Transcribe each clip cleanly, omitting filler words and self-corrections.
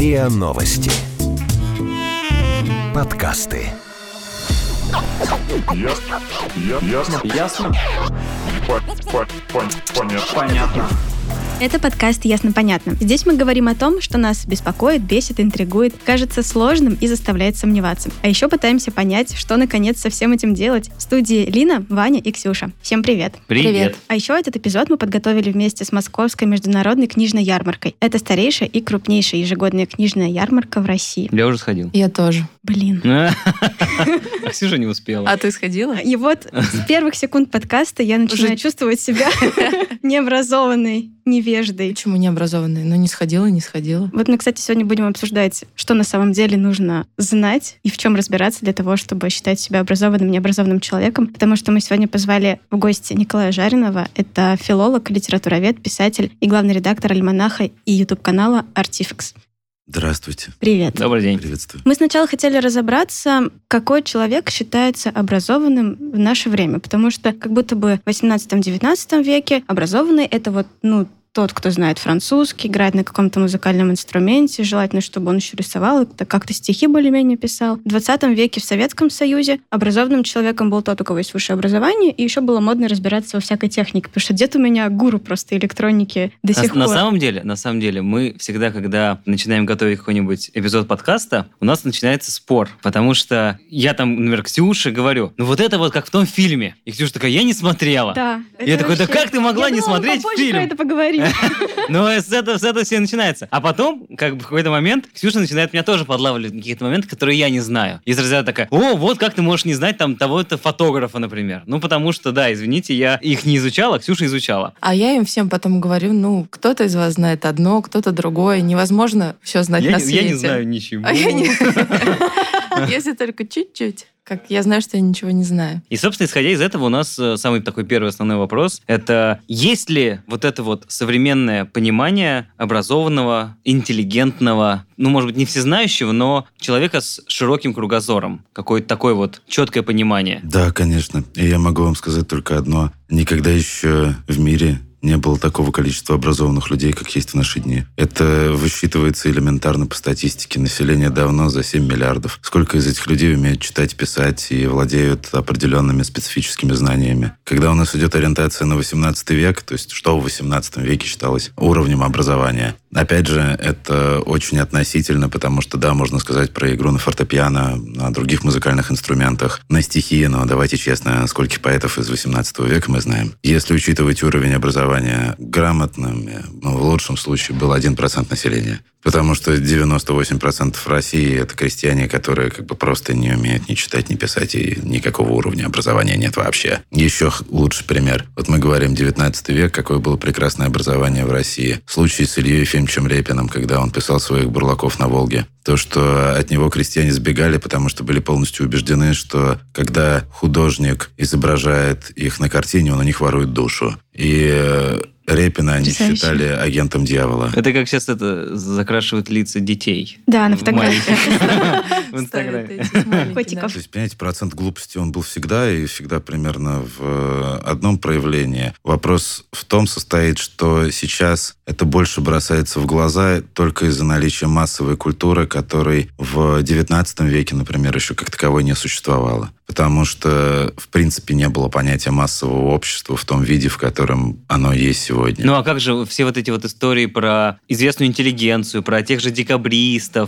РИА Новости. Подкасты. Ясно. Понятно. Это подкаст «Ясно-понятно». Здесь мы говорим о том, что нас беспокоит, бесит, интригует, кажется сложным и заставляет сомневаться. А еще пытаемся понять, что, наконец, со всем этим делать. В студии Лина, Ваня и Ксюша. Всем привет. Привет. А еще этот эпизод мы подготовили вместе с Московской международной книжной ярмаркой. Это старейшая и крупнейшая ежегодная книжная ярмарка в России. Я уже сходил. Я тоже. Блин. Ксюша не успела. А ты сходила? И вот с первых секунд подкаста я начинаю чувствовать себя необразованной, невеждой. Почему необразованная? Ну, не сходила. Вот мы, кстати, сегодня будем обсуждать, что на самом деле нужно знать и в чем разбираться для того, чтобы считать себя образованным, необразованным человеком. Потому что мы сегодня позвали в гости Николая Жаринова. Это филолог, литературовед, писатель и главный редактор «Альманаха» и YouTube-канала Artifex. Здравствуйте. Привет. Добрый день. Приветствую. Мы сначала хотели разобраться, какой человек считается образованным в наше время, потому что как будто бы в 18-19 веке образованный — это вот, тот, кто знает французский, играет на каком-то музыкальном инструменте, желательно, чтобы он еще рисовал, как-то стихи более-менее писал. В 20 веке в Советском Союзе образованным человеком был тот, у кого есть высшее образование, и еще было модно разбираться во всякой технике, потому что дед у меня гуру просто электроники до сих пор. На самом деле, мы всегда, когда начинаем готовить какой-нибудь эпизод подкаста, у нас начинается спор, потому что я там, например, Ксюше говорю, вот это вот как в том фильме. И Ксюша такая, я не смотрела. Да. Я такой, да как ты могла не смотреть фильм? Про это поговорим. Ну, с этого все начинается. А потом, в какой-то момент, Ксюша начинает меня тоже подлавливать на какие-то моменты, которые я не знаю. И сразу такая, вот как ты можешь не знать там того-то фотографа, например. Ну, потому что, да, извините, я их не изучала, Ксюша изучала. А я им всем потом говорю, кто-то из вас знает одно, кто-то другое. Невозможно все знать на свете. Я не знаю ничего. Если только чуть-чуть. Как я знаю, что я ничего не знаю. И, собственно, исходя из этого, у нас самый такой первый основной вопрос – это есть ли вот это вот современное понимание образованного, интеллигентного, может быть, не всезнающего, но человека с широким кругозором? Какое-то такое вот четкое понимание. Да, конечно. И я могу вам сказать только одно. Никогда еще в мире не было такого количества образованных людей, как есть в наши дни. Это высчитывается элементарно по статистике. Население давно за 7 миллиардов. Сколько из этих людей умеют читать, писать и владеют определенными специфическими знаниями? Когда у нас идет ориентация на 18 век, то есть что в 18 веке считалось уровнем образования? Опять же, это очень относительно, потому что, да, можно сказать про игру на фортепиано, на других музыкальных инструментах, на стихи, но давайте честно, скольких поэтов из 18 века мы знаем. Если учитывать уровень образования грамотным, в лучшем случае был 1% населения. Потому что 98% России — это крестьяне, которые просто не умеют ни читать, ни писать, и никакого уровня образования нет вообще. Еще лучший пример. Вот мы говорим 19 век, какое было прекрасное образование в России. Случай с Ильей Ефимовичем Репиным, когда он писал своих «Бурлаков на Волге». То, что от него крестьяне сбегали, потому что были полностью убеждены, что когда художник изображает их на картине, он у них ворует душу. И Репина они считали агентом дьявола. Это как сейчас закрашивают лица детей. Да, на фотографиях. В Инстаграме. Котиков. То есть, понимаете, процент глупости он был всегда, и всегда примерно в одном проявлении. Вопрос в том состоит, что сейчас это больше бросается в глаза только из-за наличия массовой культуры, которой в XIX веке, например, еще как таковой не существовало. Потому что, в принципе, не было понятия массового общества в том виде, в котором оно есть сегодня. Ну а как же все вот эти вот истории про известную интеллигенцию, про тех же декабристов,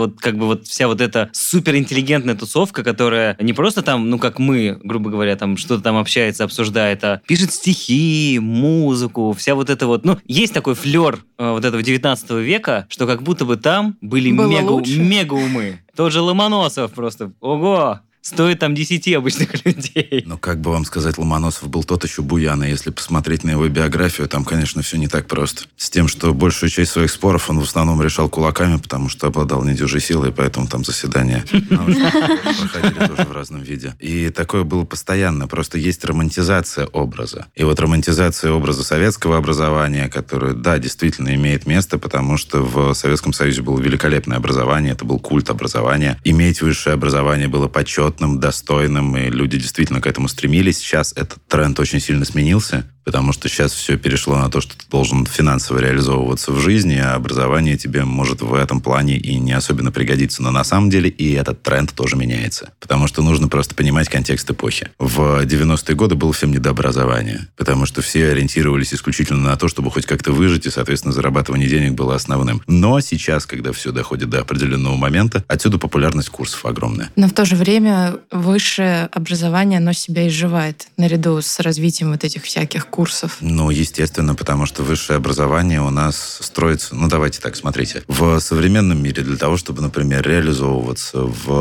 вся вот эта суперинтеллигентная тусовка, которая не просто там, как мы, грубо говоря, там что-то там общается, обсуждает, а пишет стихи, музыку, вся вот это вот... есть такой флер вот этого 19 века, что как будто бы там были мега умы. Тот же Ломоносов просто, ого! Стоит там 10 обычных людей. Но как бы вам сказать, Ломоносов был тот еще буян, и если посмотреть на его биографию, там, конечно, все не так просто. С тем, что большую часть своих споров он в основном решал кулаками, потому что обладал недюжей силой, поэтому там заседания проходили тоже в разном виде. И такое было постоянно. Просто есть романтизация образа. И вот романтизация образа советского образования, которое, да, действительно имеет место, потому что в Советском Союзе было великолепное образование, это был культ образования. Иметь высшее образование было почетным, достойным, и люди действительно к этому стремились. Сейчас этот тренд очень сильно сменился, Потому что сейчас все перешло на то, что ты должен финансово реализовываться в жизни, а образование тебе может в этом плане и не особенно пригодиться. Но на самом деле и этот тренд тоже меняется. Потому что нужно просто понимать контекст эпохи. В 90-е годы было всем не до образования. Потому что все ориентировались исключительно на то, чтобы хоть как-то выжить, и, соответственно, зарабатывание денег было основным. Но сейчас, когда все доходит до определенного момента, отсюда популярность курсов огромная. Но в то же время высшее образование, оно себя изживает наряду с развитием вот этих всяких курсов. Ну, естественно, потому что высшее образование у нас строится... Ну, давайте так, смотрите. В современном мире для того, чтобы, например, реализовываться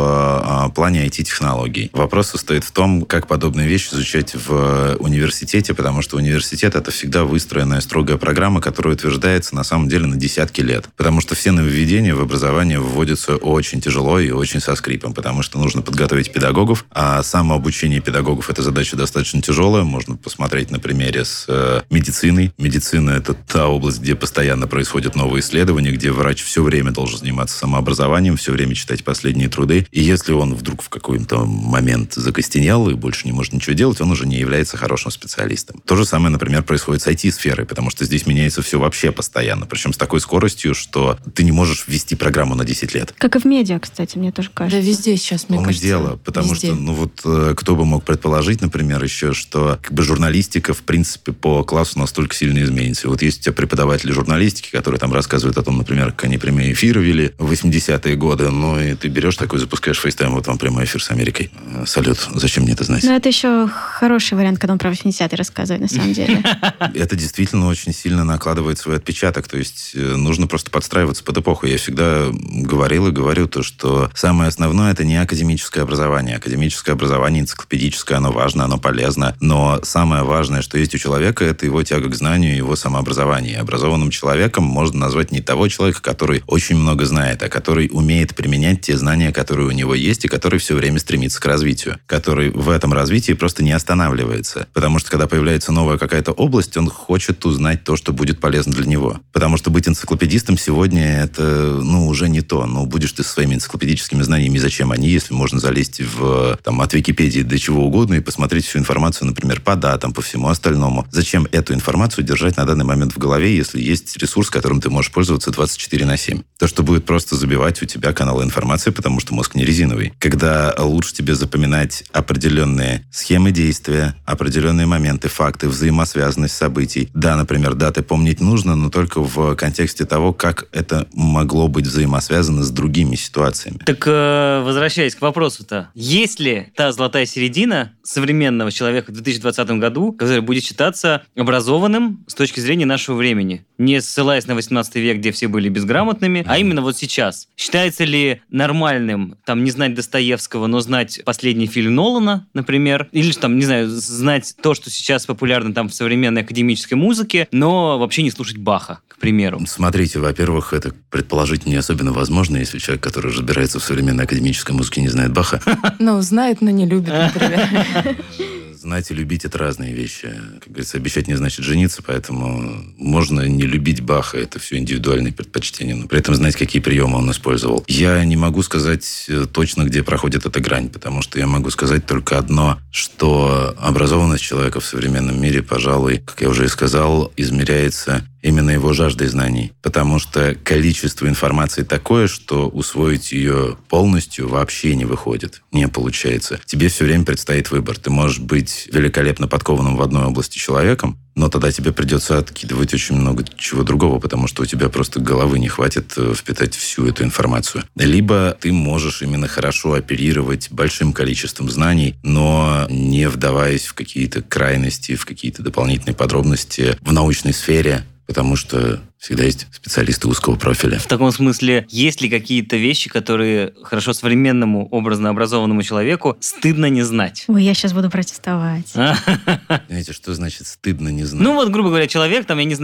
в плане IT-технологий, вопрос состоит в том, как подобные вещи изучать в университете, потому что университет — это всегда выстроенная строгая программа, которая утверждается на самом деле на десятки лет. Потому что все нововведения в образование вводятся очень тяжело и очень со скрипом, потому что нужно подготовить педагогов, а самообучение педагогов — это задача достаточно тяжелая. Можно посмотреть на примере с медициной. Медицина — это та область, где постоянно происходят новые исследования, где врач все время должен заниматься самообразованием, все время читать последние труды. И если он вдруг в какой-то момент закостенел и больше не может ничего делать, он уже не является хорошим специалистом. То же самое, например, происходит с IT-сферой, потому что здесь меняется все вообще постоянно. Причем с такой скоростью, что ты не можешь ввести программу на 10 лет. Как и в медиа, кстати, мне тоже кажется. Да везде сейчас, мне кажется. Дело, потому везде. что, ну вот, кто бы мог предположить, например, еще, что как бы журналистика, в принципе, по классу настолько сильно изменится. И вот есть у тебя преподаватели журналистики, которые там рассказывают о том, например, как они прямые эфиры вели в 80-е годы, ну и ты берешь такой, запускаешь фейстайм, вот вам прямой эфир с Америкой. Салют, зачем мне это знать? Ну, это еще хороший вариант, когда он про 80-е рассказывает, на самом деле. Это действительно очень сильно накладывает свой отпечаток, то есть нужно просто подстраиваться под эпоху. Я всегда говорил и говорю то, что самое основное — это не академическое образование. Академическое образование, энциклопедическое, оно важно, оно полезно, но самое важное, что есть у человека, это его тяга к знанию, его самообразование. И образованным человеком можно назвать не того человека, который очень много знает, а который умеет применять те знания, которые у него есть, и который все время стремится к развитию, который в этом развитии просто не останавливается. Потому что когда появляется новая какая-то область, он хочет узнать то, что будет полезно для него. Потому что быть энциклопедистом сегодня — это, уже не то. Будешь ты со своими энциклопедическими знаниями, зачем они, если можно залезть от Википедии до чего угодно и посмотреть всю информацию, например, по датам, по всему остальному. Зачем эту информацию держать на данный момент в голове, если есть ресурс, которым ты можешь пользоваться 24/7? То, что будет просто забивать у тебя каналы информации, потому что мозг не резиновый. Когда лучше тебе запоминать определенные схемы действия, определенные моменты, факты, взаимосвязанность событий. Да, например, даты помнить нужно, но только в контексте того, как это могло быть взаимосвязано с другими ситуациями. Так, возвращаясь к вопросу-то, есть ли та золотая середина современного человека в 2020 году, который будет считаться образованным с точки зрения нашего времени? Не ссылаясь на 18 век, где все были безграмотными, а именно вот сейчас. Считается ли нормальным, не знать Достоевского, но знать последний фильм Нолана, например, или, знать то, что сейчас популярно в современной академической музыке, но вообще не слушать Баха, к примеру? Смотрите, во-первых, это предположить не особенно возможно, если человек, который разбирается в современной академической музыке, не знает Баха. Знает, но не любит, например. Знать и любить — это разные вещи. Как говорится, обещать не значит жениться, поэтому можно не любить Баха, это все индивидуальные предпочтения, но при этом знать, какие приемы он использовал. Я не могу сказать точно, где проходит эта грань, потому что я могу сказать только одно, что образованность человека в современном мире, пожалуй, как я уже и сказал, измеряется именно его жаждой знаний. Потому что количество информации такое, что усвоить ее полностью вообще не выходит, не получается. Тебе все время предстоит выбор. Ты можешь быть великолепно подкованным в одной области человеком, но тогда тебе придется откидывать очень много чего другого, потому что у тебя просто головы не хватит впитать всю эту информацию. Либо ты можешь именно хорошо оперировать большим количеством знаний, но не вдаваясь в какие-то крайности, в какие-то дополнительные подробности в научной сфере, потому что всегда есть специалисты узкого профиля. В таком смысле, есть ли какие-то вещи, которые хорошо современному, образно образованному человеку стыдно не знать? Ой, я сейчас буду протестовать. Знаете, что значит стыдно не знать? Грубо говоря, человек,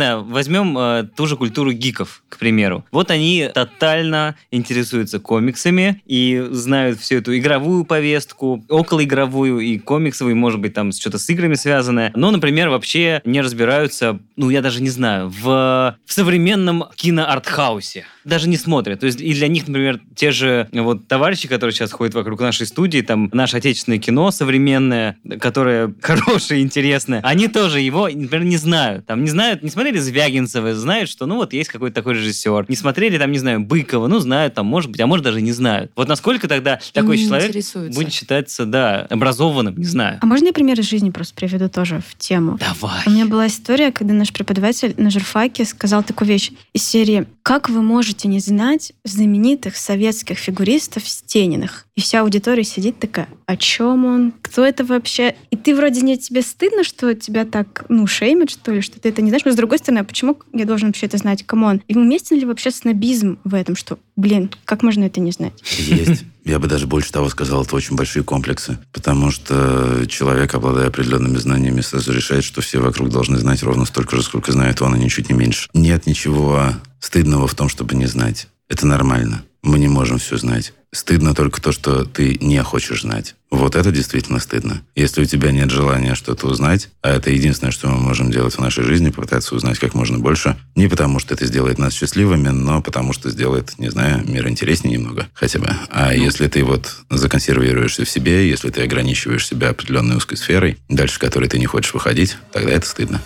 возьмем ту же культуру гиков, к примеру. Вот они тотально интересуются комиксами и знают всю эту игровую повестку, околоигровую и комиксовую, может быть, что-то с играми связанное. Но, например, вообще не разбираются, я даже не знаю, в современном киноартхаусе. Даже не смотрят. То есть и для них, например, те же вот товарищи, которые сейчас ходят вокруг нашей студии, там наше отечественное кино современное, которое хорошее, интересное, они тоже его, например, не знают. Там не знают, не смотрели Звягинцева, знают, что ну вот есть какой-то такой режиссер. Не смотрели там, не знаю, Быкова, ну знают там, может быть, а может даже не знают. Вот насколько тогда такой человек будет считаться, да, образованным, не знаю. А можно я пример из жизни просто приведу тоже в тему? Давай. У меня была история, когда наш преподаватель на журфаке сказал такую вещь из серии: «Как вы можете не знать знаменитых советских фигуристов Стениных?» И вся аудитория сидит такая: о чем он? Кто это вообще? И ты вроде не тебе стыдно, что тебя так, шеймят, что ли, что ты это не знаешь. Но с другой стороны, а почему я должен вообще это знать? Камон. И уместен ли вообще снобизм в этом, что, как можно это не знать? Есть. Я бы даже больше того сказал, это очень большие комплексы. Потому что человек, обладая определенными знаниями, сразу решает, что все вокруг должны знать ровно столько же, сколько знает он, и ничуть не меньше. Нет ничего стыдного в том, чтобы не знать. Это нормально. Мы не можем все знать. Стыдно только то, что ты не хочешь знать. Вот это действительно стыдно. Если у тебя нет желания что-то узнать, а это единственное, что мы можем делать в нашей жизни, попытаться узнать как можно больше, не потому что это сделает нас счастливыми, но потому что сделает, не знаю, мир интереснее немного хотя бы. А если ты вот законсервируешься в себе, если ты ограничиваешь себя определенной узкой сферой, дальше которой ты не хочешь выходить, тогда это стыдно.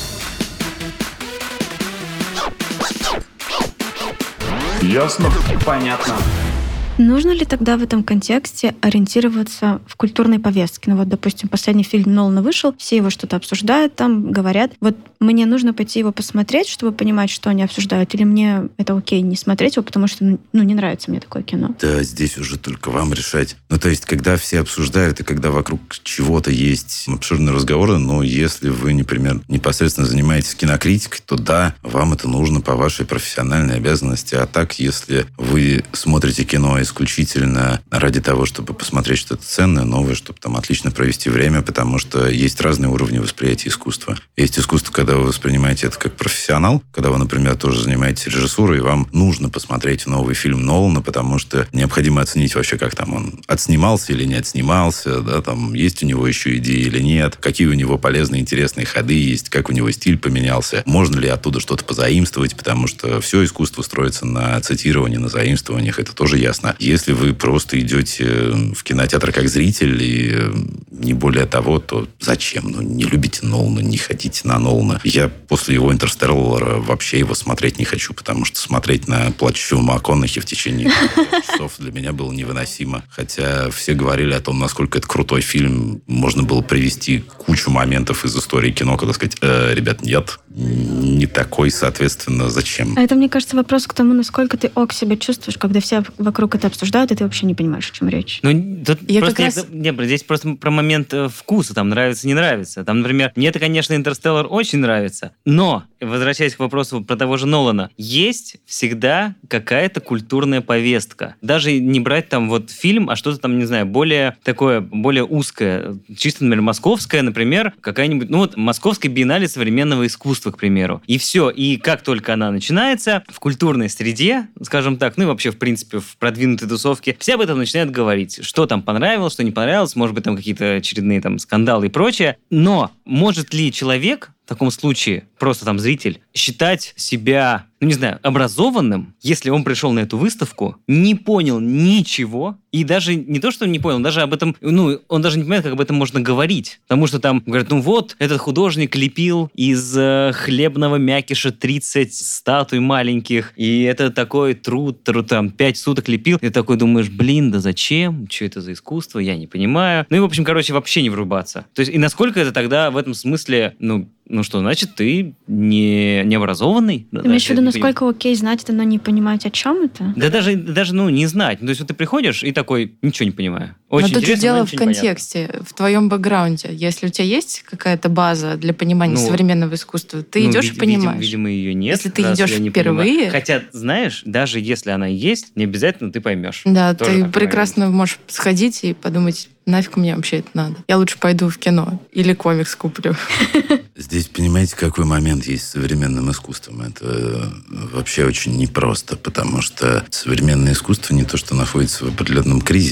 Ясно? Понятно. Нужно ли тогда в этом контексте ориентироваться в культурной повестке? Вот, допустим, последний фильм Нолана вышел, все его что-то обсуждают, там говорят. Вот мне нужно пойти его посмотреть, чтобы понимать, что они обсуждают, или мне это окей не смотреть его, потому что, не нравится мне такое кино? Да, здесь уже только вам решать. То есть, когда все обсуждают, и когда вокруг чего-то есть обширные разговоры, но если вы, например, непосредственно занимаетесь кинокритикой, то да, вам это нужно по вашей профессиональной обязанности. А так, если вы смотрите кино исключительно ради того, чтобы посмотреть что-то ценное, новое, чтобы там отлично провести время, потому что есть разные уровни восприятия искусства. Есть искусство, когда вы воспринимаете это как профессионал, когда вы, например, тоже занимаетесь режиссурой, и вам нужно посмотреть новый фильм Нолана, потому что необходимо оценить вообще, как там он отснимался или не отснимался, да, там есть у него еще идеи или нет, какие у него полезные, интересные ходы есть, как у него стиль поменялся, можно ли оттуда что-то позаимствовать, потому что все искусство строится на цитировании, на заимствованиях, это тоже ясно. Если вы просто идете в кинотеатр как зритель и не более того, то зачем? Не любите Нолана, не ходите на Нолана. Я после его «Интерстеллара» вообще его смотреть не хочу, потому что смотреть на плачущего МакКонахи в течение часов для меня было невыносимо. Хотя все говорили о том, насколько это крутой фильм. Можно было привести кучу моментов из истории кино, когда сказать: ребят, нет, не такой, соответственно, зачем? А это, мне кажется, вопрос к тому, насколько ты ок себя чувствуешь, когда все вокруг это обсуждают, и ты вообще не понимаешь, о чем речь. Здесь просто про момент вкуса, там нравится, не нравится. Там, например, мне-то, конечно, «Интерстеллар» очень нравится, но, возвращаясь к вопросу про того же Нолана, есть всегда какая-то культурная повестка. Даже не брать там вот фильм, а что-то там, не знаю, более узкое. Чисто, например, московское, например, какая-нибудь, Московская биеннале современного искусства, к примеру. И все. И как только она начинается, в культурной среде, скажем так, и вообще, в принципе, в продвинутой тусовке, все об этом начинают говорить. Что там понравилось, что не понравилось, может быть, там какие-то очередные там скандалы и прочее. Но может ли человек в таком случае, просто там зритель, считать себя, образованным, если он пришел на эту выставку, не понял ничего, и даже не то, что он не понял, он даже об этом, он даже не понимает, как об этом можно говорить. Потому что там говорят, этот художник лепил из хлебного мякиша 30 статуй маленьких, и это такой труд, там, 5 суток лепил. И ты такой думаешь, да зачем? Что это за искусство? Я не понимаю. В общем, вообще не врубаться. То есть, и насколько это тогда в этом смысле, что, значит, ты не образованный? Ты имеешь в виду, насколько окей знать это, но не понимать, о чем это? Да даже не знать. То есть, вот ты приходишь и такой, ничего не понимаю. Очень но тут же дело в контексте, в твоем бэкграунде. Если у тебя есть какая-то база для понимания современного искусства, ты идешь и понимаешь. Видимо, ее нет. Если ты идешь впервые... Хотя, знаешь, даже если она есть, не обязательно ты поймешь. Да, ты прекрасно можешь сходить и подумать, нафиг мне вообще это надо. Я лучше пойду в кино или комикс куплю. Здесь, понимаете, какой момент есть с современным искусством? Это вообще очень непросто, потому что современное искусство не то, что находится в определенном кризисе.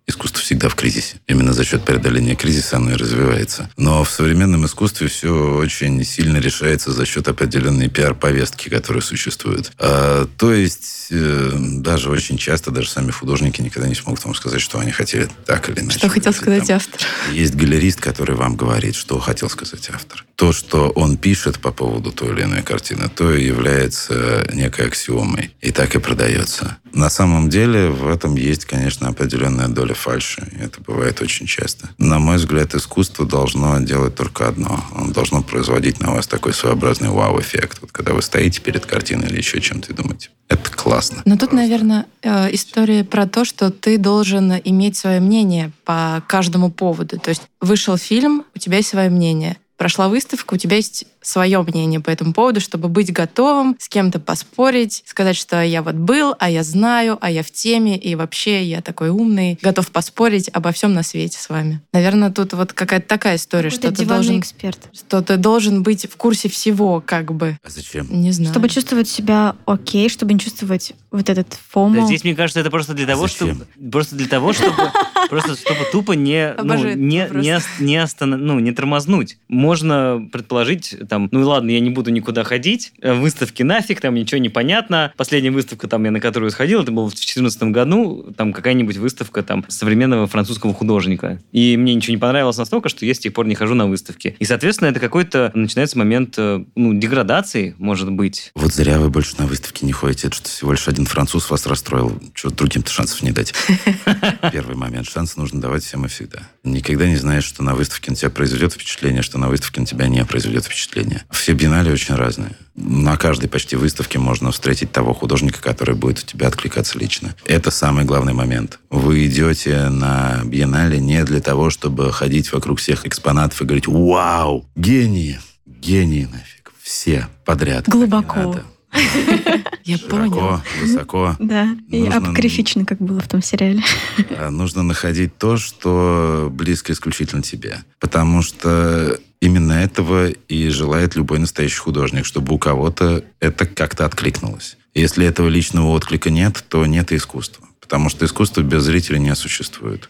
Искусство всегда в кризисе. Именно за счет преодоления кризиса оно и развивается. Но в современном искусстве все очень сильно решается за счет определенной пиар-повестки, которая существует. То есть даже очень часто даже сами художники никогда не смогут вам сказать, что они хотели так или иначе. Что хотел сказать автор. Есть галерист, который вам говорит, что хотел сказать автор. То, что он пишет по поводу той или иной картины, то и является некой аксиомой. И так и продается. На самом деле в этом есть, конечно, определенная доля фальши. И это бывает очень часто. На мой взгляд, искусство должно делать только одно. Оно должно производить на вас такой своеобразный вау-эффект. Вот когда вы стоите перед картиной или еще чем-то и думаете, это классно. Но тут, наверное, история про то, что ты должен иметь свое мнение по каждому поводу. То есть вышел фильм, у тебя есть свое мнение. Прошла выставка, у тебя есть свое мнение по этому поводу, чтобы быть готовым, с кем-то поспорить, сказать, что я вот был, а я знаю, а я в теме, и вообще я такой умный, готов поспорить обо всем на свете с вами. Наверное, тут вот какая-то такая история, что ты должен... эксперт. Что ты должен быть в курсе всего, как бы. А зачем? Не знаю. Чтобы чувствовать себя окей, чтобы не чувствовать вот этот фомо. Да, здесь, мне кажется, это просто для того, чтобы тупо не тормознуть. Можно предположить, там, ну и ладно, я не буду никуда ходить, выставки нафиг, там ничего не понятно. Последняя выставка, там, я на которую сходил, это было в 2014 году, там какая-нибудь выставка там современного французского художника. И мне ничего не понравилось настолько, что я с тех пор не хожу на выставки. И, соответственно, это какой-то начинается момент, деградации, может быть. Вот зря вы больше на выставки не ходите. Это что всего лишь один француз вас расстроил. Что другим-то шансов не дать. Первый момент. Шансы нужно давать всем и всегда. Никогда не знаешь, что на выставке на тебя произведет впечатление, что на выставке на тебя не произведет впечатление. Все биеннале очень разные. На каждой почти выставке можно встретить того художника, который будет в тебя откликаться лично. Это самый главный момент. Вы идете на биеннале не для того, чтобы ходить вокруг всех экспонатов и говорить: «Вау! Гении! Гении нафиг! Все подряд!» Глубоко. Я понял. Широко, высоко. Да, и апокрифично, как было в том сериале. Нужно находить то, что близко исключительно тебе. Потому что именно этого и желает любой настоящий художник, чтобы у кого-то это как-то откликнулось. Если этого личного отклика нет, то нет и искусства. Потому что искусство без зрителя не существует.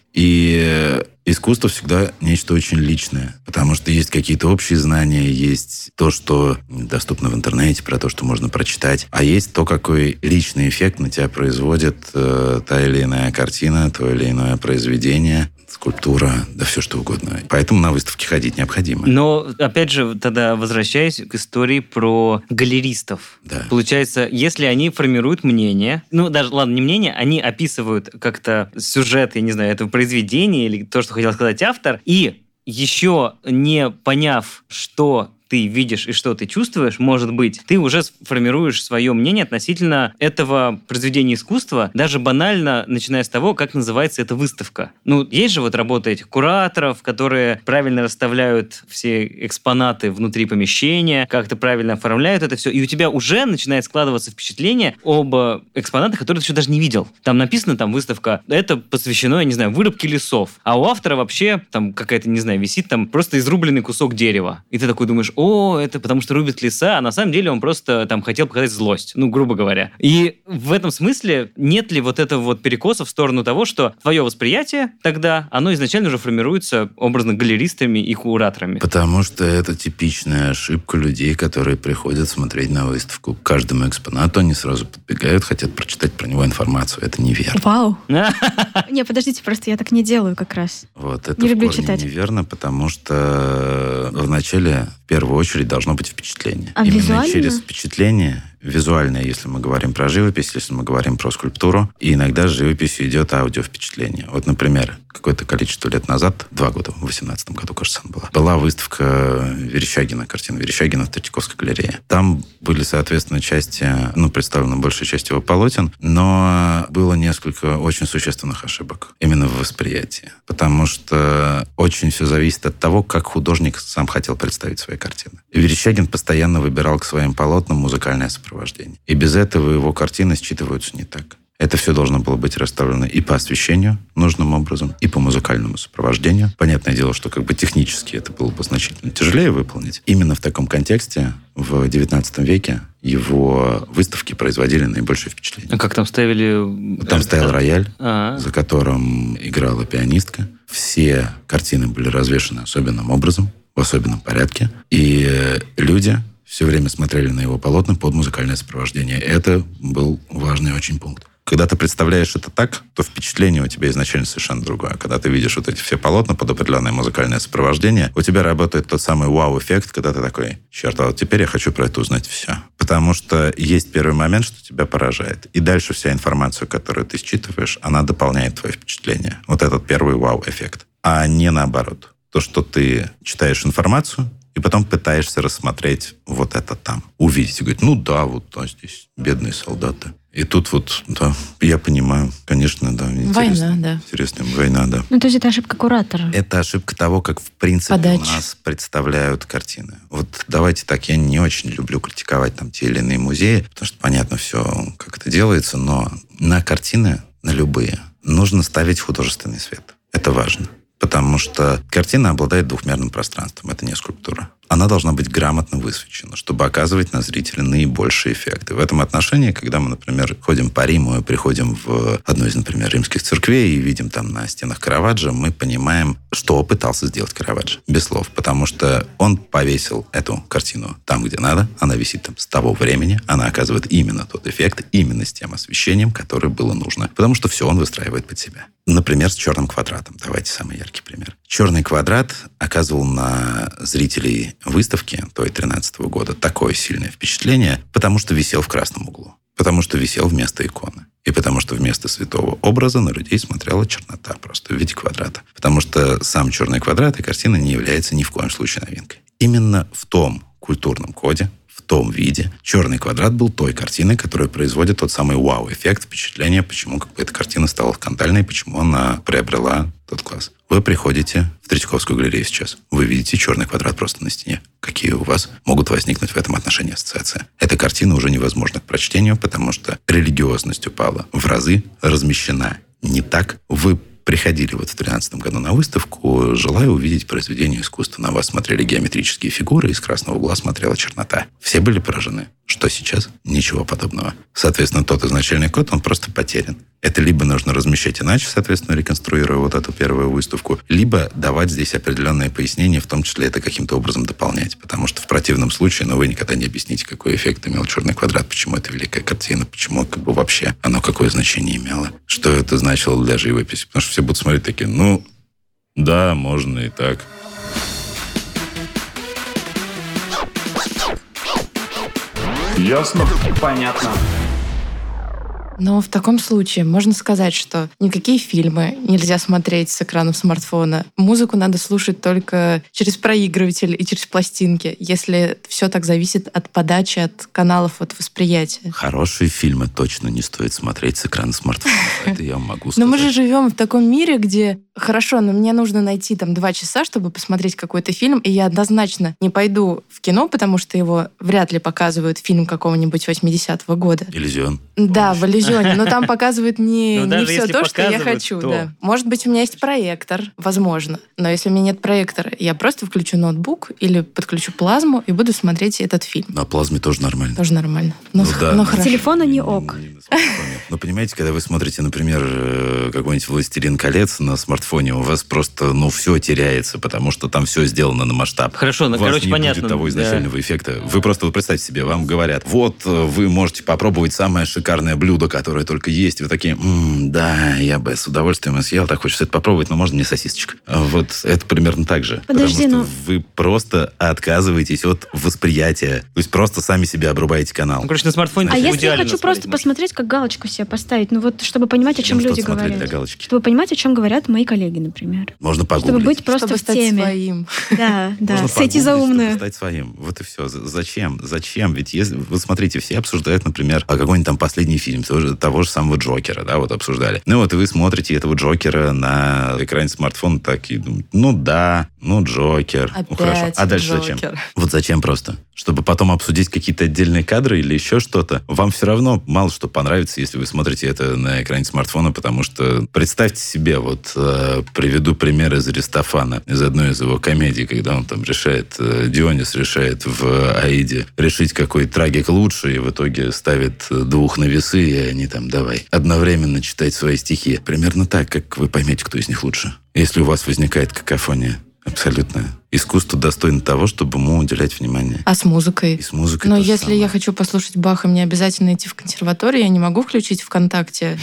И искусство всегда нечто очень личное. Потому что есть какие-то общие знания, есть то, что доступно в интернете, про то, что можно прочитать. А есть то, какой личный эффект на тебя производит та или иная картина, то или иное произведение, скульптура, да все что угодно. Поэтому на выставки ходить необходимо. Но, опять же, тогда возвращаясь к истории про галеристов. Да. Получается, если они формируют мнение, даже, ладно, не мнение, они описывают как-то сюжет, я не знаю, этого произведения или то, что хотел сказать автор, и еще не поняв, что ты видишь и что ты чувствуешь, может быть, ты уже формируешь свое мнение относительно этого произведения искусства, даже банально, начиная с того, как называется эта выставка. Есть же вот работа этих кураторов, которые правильно расставляют все экспонаты внутри помещения, как-то правильно оформляют это все, и у тебя уже начинает складываться впечатление об экспонатах, которые ты еще даже не видел. Там написано, там выставка, это посвящено, я не знаю, вырубке лесов, а у автора вообще там какая-то, не знаю, висит там просто изрубленный кусок дерева. И ты такой думаешь: это потому что рубит леса, а на самом деле он просто там хотел показать злость, грубо говоря. И в этом смысле нет ли вот этого вот перекоса в сторону того, что твое восприятие тогда, оно изначально уже формируется образно галеристами и кураторами? Потому что это типичная ошибка людей, которые приходят смотреть на выставку. К каждому экспонату они сразу подбегают, хотят прочитать про него информацию. Это неверно. Вау! Не, подождите, просто я так не делаю как раз. Вот это не в люблю корне читать. Неверно, потому что вначале, в первую очередь, должно быть впечатление. А именно визуально? через впечатление, визуальное, если мы говорим про живопись, если мы говорим про скульптуру, и иногда с живописью идет аудиовпечатление. Вот, например, какое-то количество лет назад, 2 года, в 2018 году, кажется, она была выставка Верещагина, картина Верещагина в Третьяковской галерее. Там были, соответственно, части, представлена большая часть его полотен, но было несколько очень существенных ошибок именно в восприятии. Потому что очень все зависит от того, как художник сам хотел представить свои картины. И Верещагин постоянно выбирал к своим полотнам музыкальное сопровождение. И без этого его картины считываются не так. Это все должно было быть расставлено и по освещению нужным образом, и по музыкальному сопровождению. Понятное дело, что как бы технически это было бы значительно тяжелее выполнить. Именно в таком контексте в XIX веке его выставки производили наибольшее впечатление. А как там ставили? Там стоял рояль, за которым играла пианистка. Все картины были развешаны особенным образом, в особенном порядке. И люди все время смотрели на его полотна под музыкальное сопровождение. Это был важный очень пункт. Когда ты представляешь это так, то впечатление у тебя изначально совершенно другое. Когда ты видишь вот эти все полотна под определенное музыкальное сопровождение, у тебя работает тот самый вау-эффект, когда ты такой: черт, а вот теперь я хочу про это узнать все. Потому что есть первый момент, что тебя поражает. И дальше вся информация, которую ты считываешь, она дополняет твое впечатление. Вот этот первый вау-эффект. А не наоборот. То, что ты читаешь информацию, и потом пытаешься рассмотреть вот это там. Увидеть и говорить: ну да, вот здесь бедные солдаты. И тут вот, да, я понимаю, конечно, да. Война, да. Интересная война, да. Ну, то есть это ошибка куратора. Это ошибка того, как, в принципе, Подача. у нас представляют картины. Вот давайте так, я не очень люблю критиковать там те или иные музеи, потому что понятно все, как это делается, но на картины, на любые, нужно ставить художественный свет. Это важно. Потому что картина обладает двухмерным пространством. Это не скульптура. Она должна быть грамотно высвечена, чтобы оказывать на зрителя наибольшие эффекты. В этом отношении, когда мы, например, ходим по Риму и приходим в одну из, например, римских церквей и видим там на стенах Караваджо, мы понимаем, что пытался сделать Караваджо. Без слов. Потому что он повесил эту картину там, где надо. Она висит там с того времени. Она оказывает именно тот эффект, именно с тем освещением, которое было нужно. Потому что все он выстраивает под себя. Например, с «Черным квадратом». Давайте самый яркий пример. «Черный квадрат» оказывал на зрителей выставки той 13 года такое сильное впечатление, потому что висел в красном углу. Потому что висел вместо иконы. И потому что вместо святого образа на людей смотрела чернота просто в виде квадрата. Потому что сам «Черный квадрат» и картина не является ни в коем случае новинкой. Именно в том культурном коде, в том виде, «Черный квадрат» был той картиной, которая производит тот самый вау-эффект, впечатление, почему как бы эта картина стала скандальной, почему она приобрела тот класс. Вы приходите в Третьяковскую галерею сейчас. Вы видите «Черный квадрат» просто на стене. Какие у вас могут возникнуть в этом отношении ассоциации? Эта картина уже невозможна к прочтению, потому что религиозность упала в разы, размещена не так. Вы приходили вот в 2013 году на выставку, желая увидеть произведение искусства. На вас смотрели геометрические фигуры, из красного угла смотрела чернота. Все были поражены. Что сейчас? Ничего подобного. Соответственно, тот изначальный код, он просто потерян. Это либо нужно размещать иначе, соответственно, реконструируя вот эту первую выставку, либо давать здесь определенные пояснения, в том числе это каким-то образом дополнять. Потому что в противном случае, вы никогда не объясните, какой эффект имел «Черный квадрат», почему это великая картина, почему как бы вообще оно какое значение имело, что это значило для живописи. Потому что все будут смотреть такие: да, можно и так. Ясно? Понятно. Но в таком случае можно сказать, что никакие фильмы нельзя смотреть с экранов смартфона. Музыку надо слушать только через проигрыватель и через пластинки, если все так зависит от подачи, от каналов, от восприятия. Хорошие фильмы точно не стоит смотреть с экрана смартфона. Это я могу сказать. Но мы же живем в таком мире, где хорошо, но мне нужно найти 2 часа, чтобы посмотреть какой-то фильм, и я однозначно не пойду в кино, потому что его вряд ли показывают фильм какого-нибудь 80-го года. «Иллюзион». Да, в «Иллюзионе», но там показывают не даже все если то, что я показывают, хочу. то- Да. Может быть, у меня есть проектор, возможно. Но если у меня нет проектора, я просто включу ноутбук или подключу плазму и буду смотреть этот фильм. На плазме тоже нормально. Тоже нормально. Но да. хорошо. Телефона не ок. Не на смартфоне. Но понимаете, когда вы смотрите, например, какой-нибудь «Властелин колец» на смартфоне, у вас просто, все теряется, потому что там все сделано на масштаб. Хорошо, У вас короче, не понятно. будет того да. изначального эффекта. Вы просто представьте себе, вам говорят: вот, вы можете попробовать самое шикарное блюдо, которое только есть. Вы такие: да, я бы с удовольствием съел, так хочется это попробовать, но можно мне сосисочка? Вот это примерно так же. Подожди, потому что вы просто отказываетесь от восприятия. То есть просто сами себе обрубаете канал. Короче, на смартфоне А это если я идеально хочу смотреть просто можно. посмотреть, как галочку себе поставить, чтобы понимать, о чем Что люди смотреть говорят. для галочки? Чтобы понимать, о чем говорят мои коллеги, например. Можно Чтобы погуглить. быть просто Чтобы в стать теме. своим. Да, Можно сойти за погуглить, умную. чтобы стать своим. Вот и все. Зачем? Ведь если вы смотрите, все обсуждают, например, какой-нибудь там последний фильм, тот того же самого Джокера, да, вот обсуждали. Ну вот и вы смотрите этого Джокера на экране смартфона так и думаете, Джокер. Опять Хорошо. А дальше Джокер. зачем? Вот зачем просто? Чтобы потом обсудить какие-то отдельные кадры или еще что-то. Вам все равно мало что понравится, если вы смотрите это на экране смартфона, потому что представьте себе, приведу пример из Аристофана, из одной из его комедий, когда он там Дионис решает в «Аиде» решить, какой трагик лучше, и в итоге ставит двух на весы, и они там давай одновременно читать свои стихи. Примерно так, как вы поймете, кто из них лучше. Если у вас возникает какофония абсолютная. Искусство достойно того, чтобы ему уделять внимание. А с музыкой? И с музыкой Но то же если самое. я хочу послушать Баха, мне обязательно идти в консерваторию, я не могу включить ВКонтакте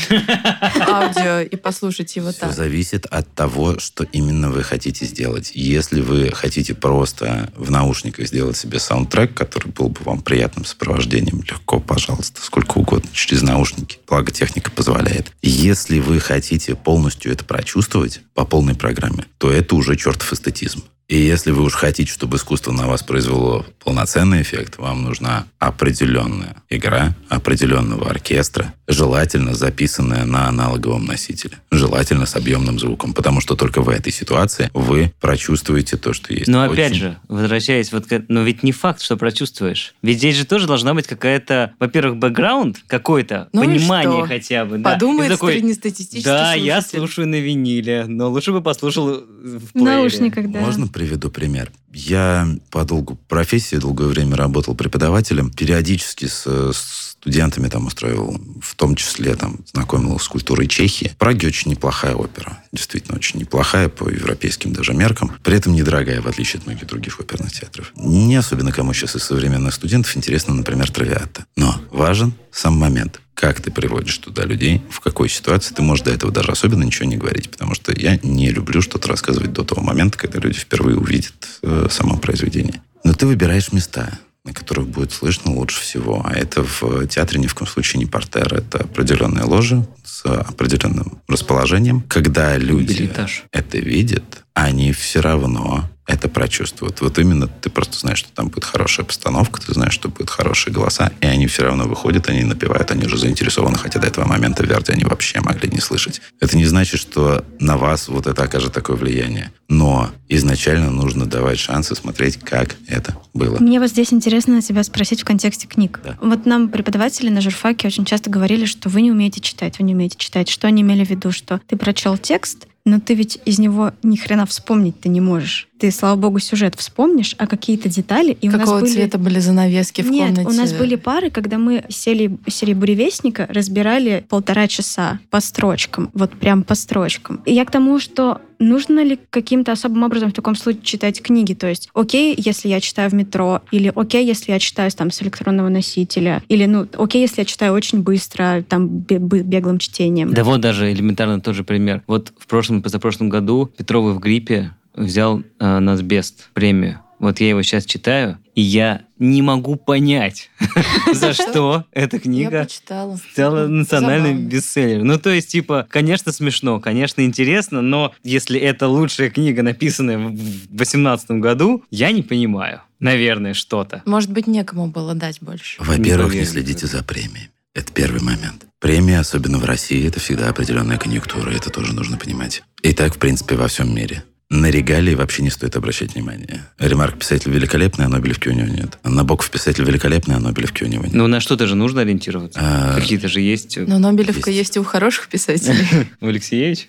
аудио и послушать его Все так. зависит от того, что именно вы хотите сделать. Если вы хотите просто в наушниках сделать себе саундтрек, который был бы вам приятным сопровождением, легко, пожалуйста, сколько угодно, через наушники. Благо, техника позволяет. Если вы хотите полностью это прочувствовать по полной программе, то это уже чертов эстетизм. И если вы уж хотите, чтобы искусство на вас произвело полноценный эффект, вам нужна определенная игра определенного оркестра, желательно записанная на аналоговом носителе, желательно с объемным звуком, потому что только в этой ситуации вы прочувствуете то, что есть. Но опять же, возвращаясь, но ведь не факт, что прочувствуешь. Ведь здесь же тоже должна быть какая-то, во-первых, бэкграунд какой-то, Ну и понимание что? хотя бы. Да. Подумает И такой, среднестатистический да, я слушатель. слушаю на виниле, но лучше бы послушал в В плеере. наушниках, да. Можно приведу пример? Я по долгу профессии долгое время работал преподавателем. Периодически с студентами там устраивал, в том числе там знакомил с культурой Чехии. В Праге очень неплохая опера. Действительно, очень неплохая по европейским даже меркам. При этом недорогая, в отличие от многих других оперных театров. Не особенно кому сейчас из современных студентов интересно, например, Травиата. Но важен сам момент. Как ты приводишь туда людей, в какой ситуации. Ты можешь до этого даже особенно ничего не говорить, потому что я не люблю что-то рассказывать до того момента, когда люди впервые увидят само произведение. Но ты выбираешь места, на которых будет слышно лучше всего. А это в театре ни в коем случае не партер. Это определенная ложа с определенным расположением. Когда люди Билетаж. это видят, они все равно это прочувствуют. Вот именно ты просто знаешь, что там будет хорошая постановка, ты знаешь, что будут хорошие голоса, и они все равно выходят, они напевают, они уже заинтересованы, хотя до этого момента Верди они вообще могли не слышать. Это не значит, что на вас вот это окажет такое влияние. Но изначально нужно давать шансы смотреть, как это было. Мне вот здесь интересно тебя спросить в контексте книг. Да. Вот нам преподаватели на журфаке очень часто говорили, что вы не умеете читать, вы не умеете читать. Что они имели в виду? Что ты прочел текст, но ты ведь из него ни хрена вспомнить-то не можешь. Ты, слава богу, сюжет вспомнишь, а какие-то детали... И Какого у нас были... цвета были занавески в Нет, комнате? у нас были пары, когда мы серии «Буревестника» разбирали 1,5 часа по строчкам. Вот прям по строчкам. И я к тому, что нужно ли каким-то особым образом в таком случае читать книги? То есть, окей, если я читаю в метро, или окей, если я читаю там с электронного носителя, или, окей, если я читаю очень быстро, там, беглым чтением. Да вот даже элементарно тот же пример. Вот в прошлом и позапрошлом году Петровы в гриппе взял Насбест премию. Вот я его сейчас читаю, и я не могу понять, за что эта Я книга почитала. стала национальным Забавно. бестселлером. Ну, то есть, типа, конечно, смешно, конечно, интересно, но если это лучшая книга, написанная в 2018 году, я не понимаю, наверное, что-то. Может быть, некому было дать больше. Во-первых, не Неповерно. следите за премиями. Это первый момент. Премия, особенно в России, это всегда определенная конъюнктура. Это тоже нужно понимать. И так, в принципе, во всем мире. На регалии вообще не стоит обращать внимание. Ремарк писатель великолепный, а Нобелевки у него нет. Набоков писатель великолепный, а Нобелевки у него нет. Ну, на что-то же нужно ориентироваться. Какие-то же есть. Но Нобелевка есть и у хороших писателей. У Алексеевич?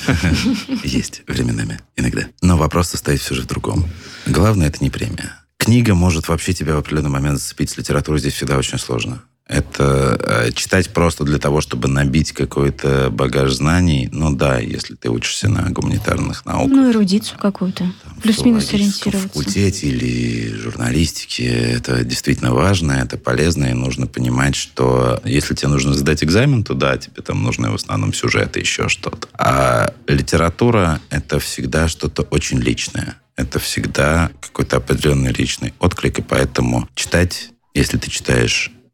Есть временами, иногда. Но вопрос состоит все же в другом. Главное, это не премия. Книга может вообще тебя в определенный момент зацепить. С литературой здесь всегда очень сложно. Это читать просто для того, чтобы набить какой-то багаж знаний. Ну да, если ты учишься на гуманитарных науках. Эрудицию какую-то. Плюс-минус филологическом ориентироваться. факультете или журналистике. Это действительно важно, это полезно, и нужно понимать, что если тебе нужно сдать экзамен, то да, тебе там нужны в основном сюжеты, еще что-то. А литература — это всегда что-то очень личное. Это всегда какой-то определенный личный отклик, и поэтому читать, если ты читаешь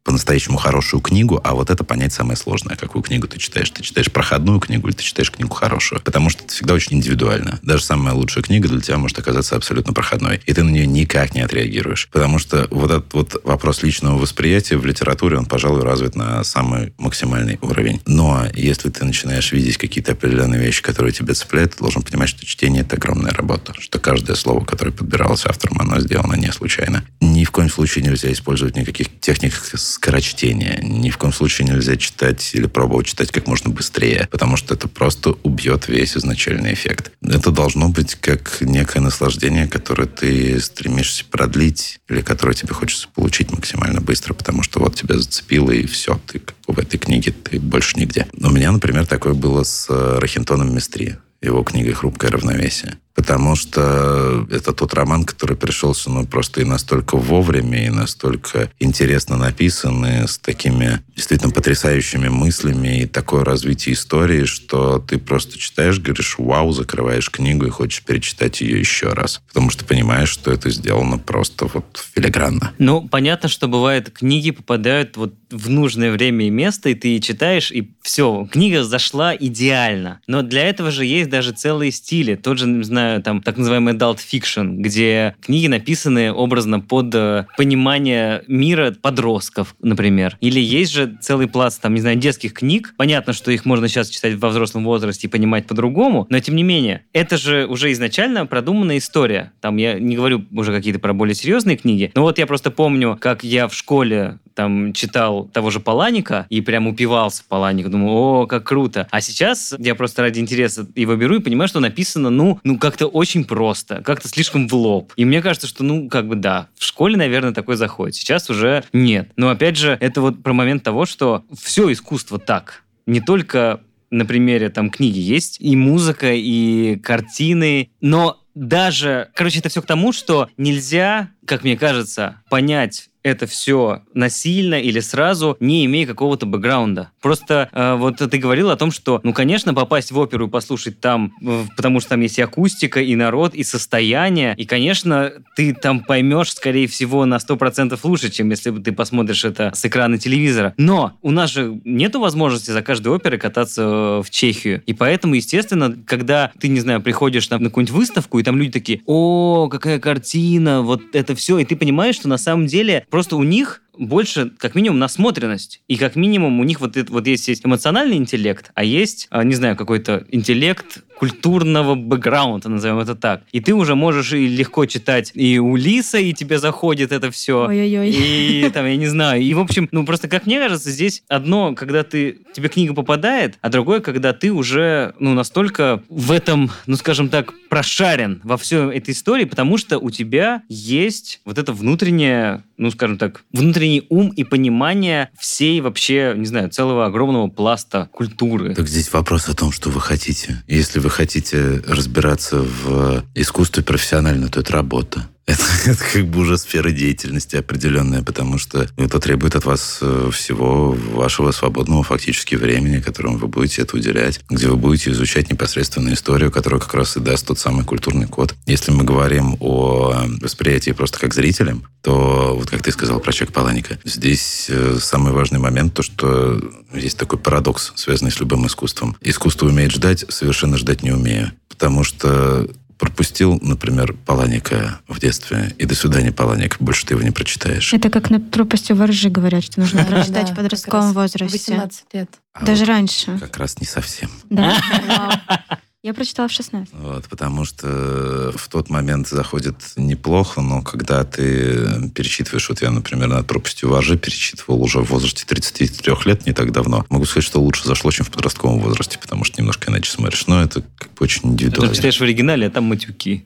по-настоящему хорошую книгу, а вот это понять самое сложное. Какую книгу ты читаешь? Ты читаешь проходную книгу или ты читаешь книгу хорошую? Потому что это всегда очень индивидуально. Даже самая лучшая книга для тебя может оказаться абсолютно проходной. И ты на нее никак не отреагируешь. Потому что вот этот вот вопрос личного восприятия в литературе, он, пожалуй, развит на самый максимальный уровень. Но если ты начинаешь видеть какие-то определенные вещи, которые тебя цепляют, ты должен понимать, что чтение — это огромная работа. Что каждое слово, которое подбиралось автором, оно сделано не случайно. Ни в коем случае нельзя использовать никаких техник скорочтения. Ни в коем случае нельзя читать или пробовать читать как можно быстрее, потому что это просто убьет весь изначальный эффект. Это должно быть как некое наслаждение, которое ты стремишься продлить или которое тебе хочется получить максимально быстро, потому что вот тебя зацепило, и все, ты в этой книге, ты больше нигде. У меня, например, такое было с Рахинтоном Мистри, его книгой «Хрупкое равновесие». Потому что это тот роман, который пришелся просто и настолько вовремя, и настолько интересно написан, и с такими действительно потрясающими мыслями, и такое развитие истории, что ты просто читаешь, говоришь «вау», закрываешь книгу и хочешь перечитать ее еще раз. Потому что понимаешь, что это сделано просто вот филигранно. Ну, понятно, что бывает, книги попадают вот в нужное время и место, и ты читаешь, и все, книга зашла идеально. Но для этого же есть даже целые стили. Тот же, не знаю, там, так называемый adult fiction, где книги написаны образно под понимание мира подростков, например. Или есть же целый пласт, там, не знаю, детских книг. Понятно, что их можно сейчас читать во взрослом возрасте и понимать по-другому, но, тем не менее, это же уже изначально продуманная история. Там я не говорю уже какие-то про более серьезные книги, но вот я просто помню, как я в школе там читал того же Паланика и прям упивался в Паланика. Думаю, о, как круто. А сейчас я просто ради интереса его беру и понимаю, что написано, ну как-то очень просто, как-то слишком в лоб. И мне кажется, что, да, в школе, наверное, такое заходит. Сейчас уже нет. Но, опять же, это вот про момент того, что все искусство так. Не только на примере там книги есть и музыка, и картины, но даже, это все к тому, что нельзя, как мне кажется, понять это все насильно или сразу, не имея какого-то бэкграунда. Просто вот ты говорил о том, что, конечно, попасть в оперу и послушать там, потому что там есть и акустика, и народ, и состояние, и, конечно, ты там поймешь, скорее всего, на 100% лучше, чем если бы ты посмотришь это с экрана телевизора. Но у нас же нету возможности за каждой оперой кататься в Чехию. И поэтому, естественно, когда ты, не знаю, приходишь на какую-нибудь выставку, и там люди такие: о, какая картина, вот это все, и ты понимаешь, что на самом деле просто у них больше, как минимум, насмотренность. И как минимум у них вот есть эмоциональный интеллект, а есть, не знаю, какой-то интеллект культурного бэкграунда, назовем это так. И ты уже можешь и легко читать и Улисса, и тебе заходит это все. Ой-ой-ой. И там, я не знаю. И, в общем, просто, как мне кажется, здесь одно, когда тебе книга попадает, а другое, когда ты уже, настолько в этом, скажем так, прошарен во всей этой истории, потому что у тебя есть вот это внутреннее, скажем так, внутренний ум и понимание всей вообще, не знаю, целого огромного пласта культуры. Так здесь вопрос о том, что вы хотите. Если вы хотите разбираться в искусстве профессионально, то это работа. Это как бы уже сфера деятельности определенная, потому что это требует от вас всего вашего свободного фактически времени, которому вы будете это уделять, где вы будете изучать непосредственно историю, которая как раз и даст тот самый культурный код. Если мы говорим о восприятии просто как зрителям, то, вот как ты сказал про Чека Паланика, здесь самый важный момент, то, что есть такой парадокс, связанный с любым искусством. Искусство умеет ждать, совершенно ждать не умея. Потому что пропустил, например, Паланика в детстве, и до свидания, Паланик, больше ты его не прочитаешь. Это как над пропастью воржи говорят, что нужно прочитать в подростковом возрасте. 18 лет. Даже раньше. Как раз не совсем. Да? Вау. Я прочитала в 16. Потому что в тот момент заходит неплохо, но когда ты перечитываешь, вот я, например, над пропастью воржи перечитывал уже в возрасте 33 лет, не так давно. Могу сказать, что лучше зашло, чем в подростковом возрасте, потому что немножко иначе смотришь. Но это как бы очень индивидуально. Ты читаешь в оригинале, а там матюки.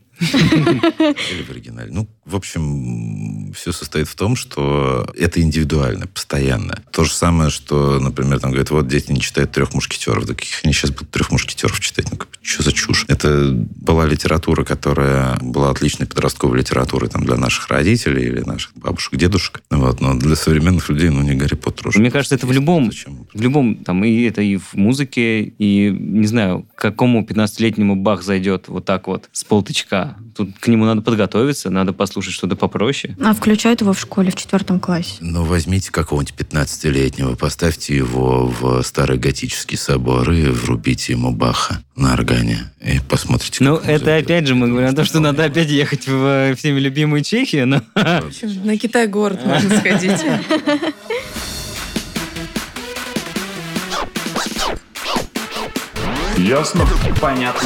Или в оригинале. В общем, все состоит в том, что это индивидуально, постоянно. То же самое, что, например, там говорят, вот дети не читают «Трех мушкетеров». Да каких они сейчас будут «Трех мушкетеров» читать? Что за чушь? Это была литература, которая была отличной подростковой литературой там, для наших родителей или наших бабушек, дедушек. Но для современных людей, не Гарри Поттер уже. Мне кажется, это в любом В любом, там, и это и в музыке, и, не знаю, к какому 15-летнему Бах зайдет вот так вот с полтычка. Тут к нему надо подготовиться, надо послушать что-то попроще. А включают его в школе в 4 классе. Ну, возьмите какого-нибудь 15-летнего, поставьте его в старый готический собор и врубите ему Баха на органе. И посмотрите, Ну, как он это зайдет. опять же мы говорим о том, что надо опять ехать в всеми любимую Чехию, но... В общем, на Китай-город можно сходить. Ясно? Понятно.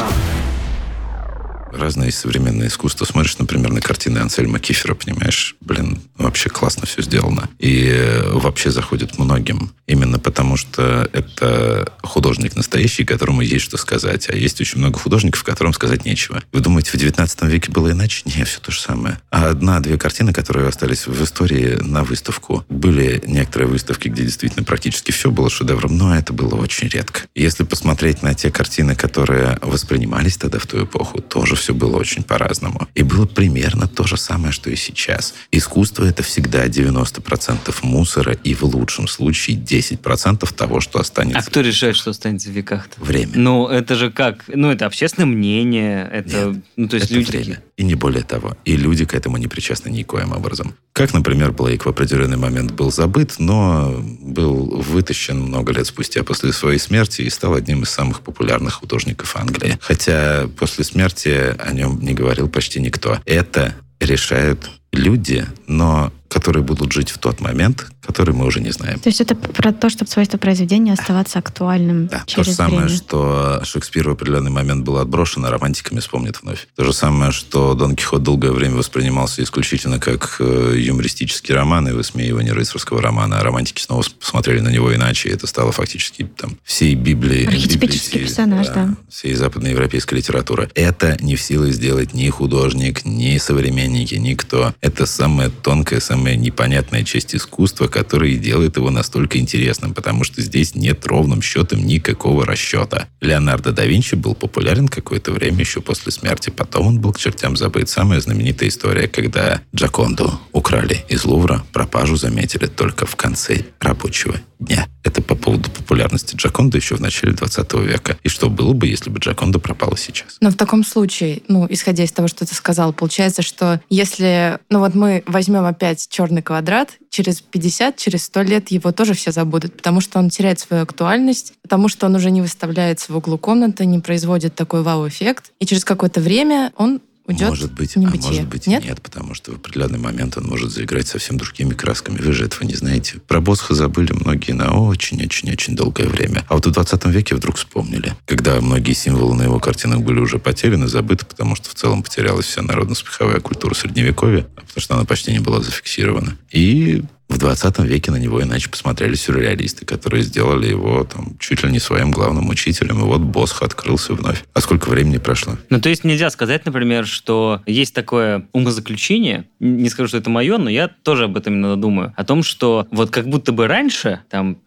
Разное есть современное искусство. Смотришь, например, на картины Ансельма Кифера, понимаешь, блин, вообще классно все сделано. И вообще заходит многим. Именно потому, что это художник настоящий, которому есть что сказать. А есть очень много художников, которым сказать нечего. Вы думаете, в 19 веке было иначе? Нет, все то же самое. А 1-2 картины, которые остались в истории на выставку. Были некоторые выставки, где действительно практически все было шедевром, но это было очень редко. Если посмотреть на те картины, которые воспринимались тогда в ту эпоху, тоже все было очень по-разному. И было примерно то же самое, что и сейчас. Искусство — это всегда 90% мусора и в лучшем случае 10% того, что останется. А кто решает, что останется в веках-то? Время. Ну, это же как? Ну, это общественное мнение, это... Нет, ну, то есть это люди время. такие... И не более того. И люди к этому не причастны никоим образом. Как, например, Блейк в определенный момент был забыт, но был вытащен много лет спустя после своей смерти и стал одним из самых популярных художников Англии. Хотя после смерти о нем не говорил почти никто. Это решают люди, но которые будут жить в тот момент, который мы уже не знаем. То есть это про то, чтобы свойство произведения оставаться актуальным Да, через то же самое, время. что Шекспир в определенный момент был отброшен, а романтиками вспомнит вновь. То же самое, что Дон Кихот долгое время воспринимался исключительно как юмористический роман и высмеивание рыцарского романа, а романтики снова посмотрели на него иначе, и это стало фактически там всей Библией. Архетипический персонаж, да. Всей западноевропейской литературы. Это не в силах сделать ни художник, ни современники, никто. Это самая тонкая, самая непонятная часть искусства, которая и делает его настолько интересным, потому что здесь нет ровным счетом никакого расчета. Леонардо да Винчи был популярен какое-то время еще после смерти, потом он был к чертям забыт. Самая знаменитая история, когда Джоконду украли из Лувра, пропажу заметили только в конце рабочего дня. Это по поводу популярности Джоконды еще в начале 20 века. И что было бы, если бы Джоконда пропала сейчас? Но в таком случае, исходя из того, что ты сказал, получается, что если, мы возьмем опять черный квадрат, через 50, через 100 лет его тоже все забудут, потому что он теряет свою актуальность, потому что он уже не выставляется в углу комнаты, не производит такой вау-эффект, и через какое-то время он уйдет Может быть, в небытие. может быть Нет? и нет, потому что в определенный момент он может заиграть совсем другими красками. Вы же этого не знаете. Про Босха забыли многие на очень-очень-очень долгое время. А вот в 20 веке вдруг вспомнили, когда многие символы на его картинах были уже потеряны, забыты, потому что в целом потерялась вся народно-смеховая культура Средневековья, потому что она почти не была зафиксирована. И в 20 веке на него иначе посмотрели сюрреалисты, которые сделали его чуть ли не своим главным учителем. И вот Босх открылся вновь. А сколько времени прошло? То есть нельзя сказать, например, что есть такое умозаключение, не скажу, что это мое, но я тоже об этом иногда думаю, о том, что вот как будто бы раньше,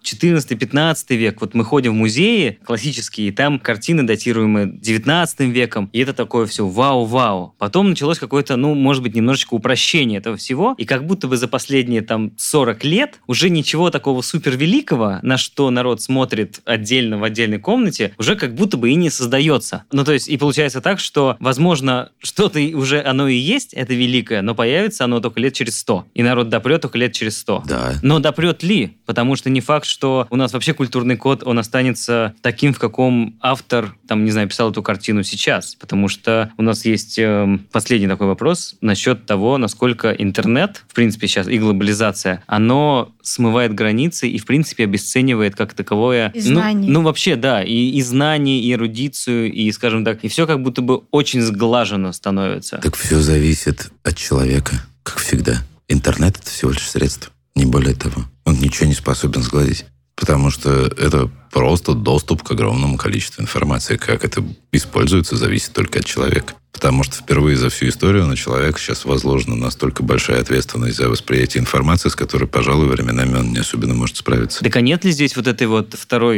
14-15 век, вот мы ходим в музеи классические, и там картины, датируемые 19 веком, и это такое все вау-вау. Потом началось какое-то, может быть, немножечко упрощение этого всего, и как будто бы за последние 40 лет уже ничего такого супервеликого, на что народ смотрит отдельно в отдельной комнате, уже как будто бы и не создается. То есть и получается так, что, возможно, что-то уже оно и есть, это великое, но появится оно только лет через 100. И народ допрет только лет через 100. Да. Но допрет ли? Потому что не факт, что у нас вообще культурный код, он останется таким, в каком автор, писал эту картину сейчас. Потому что у нас есть последний такой вопрос насчет того, насколько интернет, в принципе, сейчас и глобализация, оно смывает границы и, в принципе, обесценивает как таковое... И знания. Вообще, да. И знания, и эрудицию, и, скажем так, и все как будто бы очень сглажено становится. Так все зависит от человека, как всегда. Интернет — это всего лишь средство, не более того. Он ничего не способен сгладить. Потому что это просто доступ к огромному количеству информации. Как это используется, зависит только от человека. Потому что впервые за всю историю на человека сейчас возложена настолько большая ответственность за восприятие информации, с которой, пожалуй, временами он не особенно может справиться. Так а нет ли здесь вот этой вот второй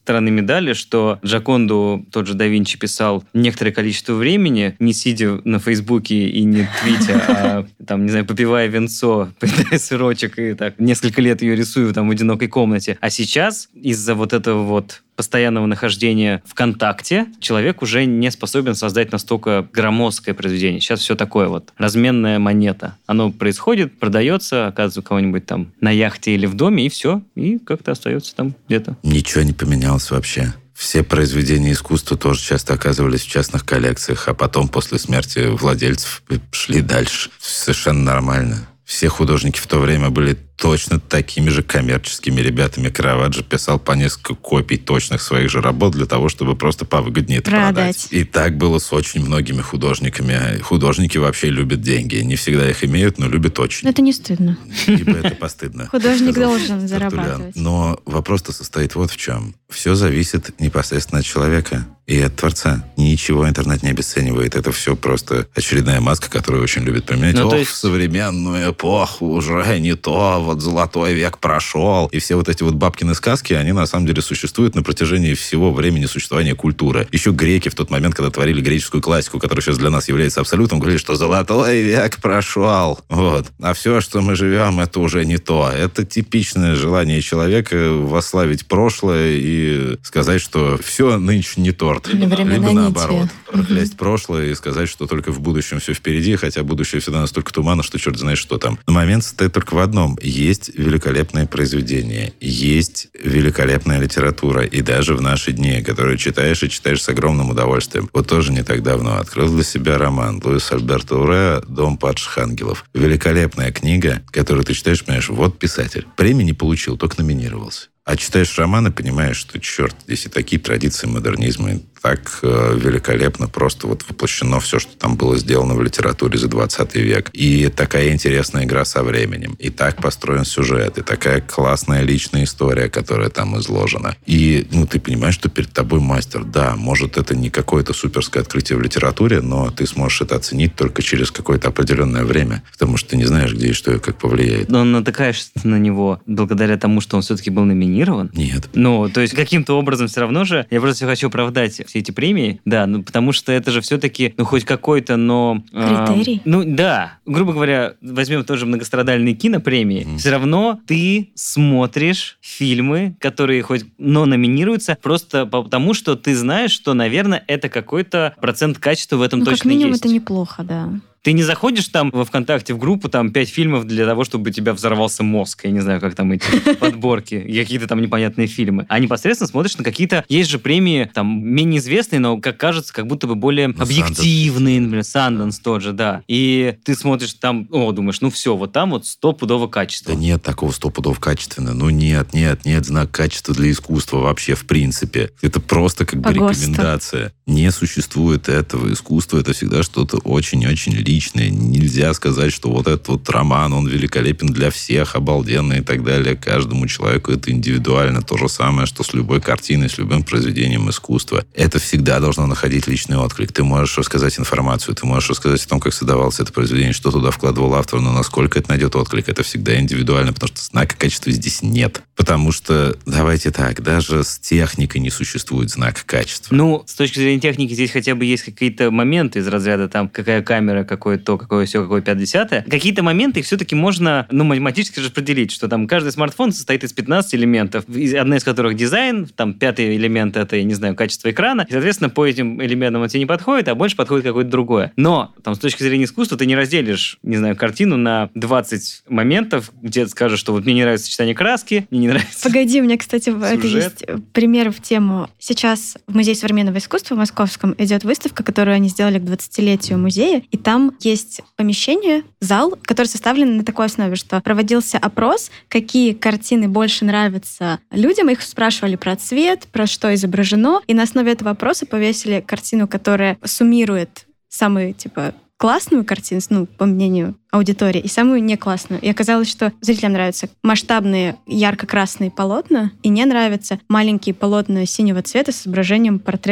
стороны медали, что Джоконду тот же да Винчи писал некоторое количество времени, не сидя на Фейсбуке и не твитя, а там, не знаю, попивая винцо, поедая сырочек и так несколько лет ее рисую там в одинокой комнате. А сейчас из-за вот этого вот постоянного нахождения ВКонтакте человек уже не способен создать настолько громоздкое произведение. Сейчас все такое вот разменная монета. Оно происходит, продается, оказывается, у кого-нибудь там на яхте или в доме, и все. И как-то остается там где-то. Ничего не поменялось вообще. Все произведения искусства тоже часто оказывались в частных коллекциях, а потом, после смерти владельцев, шли дальше. Совершенно нормально. Все художники в то время были точно такими же коммерческими ребятами. Караваджо писал по несколько копий точных своих же работ для того, чтобы просто повыгоднее это продать. И так было с очень многими художниками. Художники вообще любят деньги. Не всегда их имеют, но любят очень. Это не стыдно. Ибо это постыдно. Художник должен зарабатывать. Но вопрос-то состоит вот в чем. Все зависит непосредственно от человека и от творца. Ничего интернет не обесценивает. Это все просто очередная маска, которую очень любят применять. В современную эпоху уже не то, вот золотой век прошел. И все вот эти вот бабкины сказки, они на самом деле существуют на протяжении всего времени существования культуры. Еще греки в тот момент, когда творили греческую классику, которая сейчас для нас является абсолютом, говорили, что золотой век прошел. Вот. А все, что мы живем, это уже не то. Это типичное желание человека восславить прошлое и сказать, что все нынче не торт. Либо наоборот. Проклясть прошлое и сказать, что только в будущем все впереди, хотя будущее всегда настолько туманно, что черт знает что там. Но момент состоит только в одном. Есть великолепные произведения, есть великолепная литература, и даже в наши дни, которую читаешь и читаешь с огромным удовольствием. Вот тоже не так давно открыл для себя роман Луис Альберто Урреа «Дом падших ангелов». Великолепная книга, которую ты читаешь, понимаешь, вот писатель. Премии не получил, только номинировался. А читаешь роман и понимаешь, что, черт, здесь и такие традиции модернизма, и так великолепно просто вот воплощено все, что там было сделано в литературе за 20 век. И такая интересная игра со временем. И так построен сюжет. И такая классная личная история, которая там изложена. И, ты понимаешь, что перед тобой мастер. Да, может, это не какое-то суперское открытие в литературе, но ты сможешь это оценить только через какое-то определенное время. Потому что ты не знаешь, где и что и как повлияет. Но натыкаешься на него благодаря тому, что он все-таки был номинирован? Нет. То есть каким-то образом все равно же, я просто хочу оправдать все эти премии, да, потому что это же все-таки, хоть какой-то, но... Критерий? Да. Грубо говоря, возьмем тоже многострадальные кинопремии, все равно ты смотришь фильмы, которые номинируются, просто потому, что ты знаешь, что, наверное, это какой-то процент качества в этом точно есть. Как минимум, это неплохо, да. Ты не заходишь там во ВКонтакте в группу, там 5 фильмов для того, чтобы у тебя взорвался мозг. Я не знаю, как там эти подборки, какие-то там непонятные фильмы. А непосредственно смотришь на какие-то... Есть же премии, там, менее известные, но, как кажется, как будто бы более объективные. Например, Sundance тот же, да. И ты смотришь там, думаешь, все, вот там вот стопудово качество. Да нет такого стопудово качественно. Нет знак качества для искусства вообще, в принципе. Это просто как бы рекомендация. Не существует этого. Искусство — это всегда что-то очень-очень личное. Нельзя сказать, что вот этот вот роман, он великолепен для всех, обалденный и так далее. Каждому человеку это индивидуально. То же самое, что с любой картиной, с любым произведением искусства. Это всегда должно находить личный отклик. Ты можешь рассказать информацию, ты можешь рассказать о том, как создавалось это произведение, что туда вкладывал автор, но насколько это найдет отклик, это всегда индивидуально, потому что знака качества здесь нет. Потому что, давайте так, даже с техникой не существует знака качества. С точки зрения техники здесь хотя бы есть какие-то моменты из разряда там, какая камера, какое то, какое все, какое 50-е. Какие-то моменты их все-таки можно, математически распределить, что там каждый смартфон состоит из 15 элементов, одна из которых дизайн, там 5-й элемент это, я не знаю, качество экрана, и, соответственно, по этим элементам он тебе не подходит, а больше подходит какое-то другое. Но там с точки зрения искусства ты не разделишь, не знаю, картину на 20 моментов, где ты скажешь, что вот мне не нравится сочетание краски, мне не нравится... Погоди, у меня, кстати, это есть пример в тему. Сейчас в Музее современного искусства в Московском идет выставка, которую они сделали к 20-летию музея, и там есть помещение, зал, который составлен на такой основе, что проводился опрос, какие картины больше нравятся людям, их спрашивали про цвет, про что изображено, и на основе этого опроса повесили картину, которая суммирует самую, классную картину, по мнению аудитории, и самую не классную. И оказалось, что зрителям нравятся масштабные ярко-красные полотна, и не нравятся маленькие полотна синего цвета с изображением портретов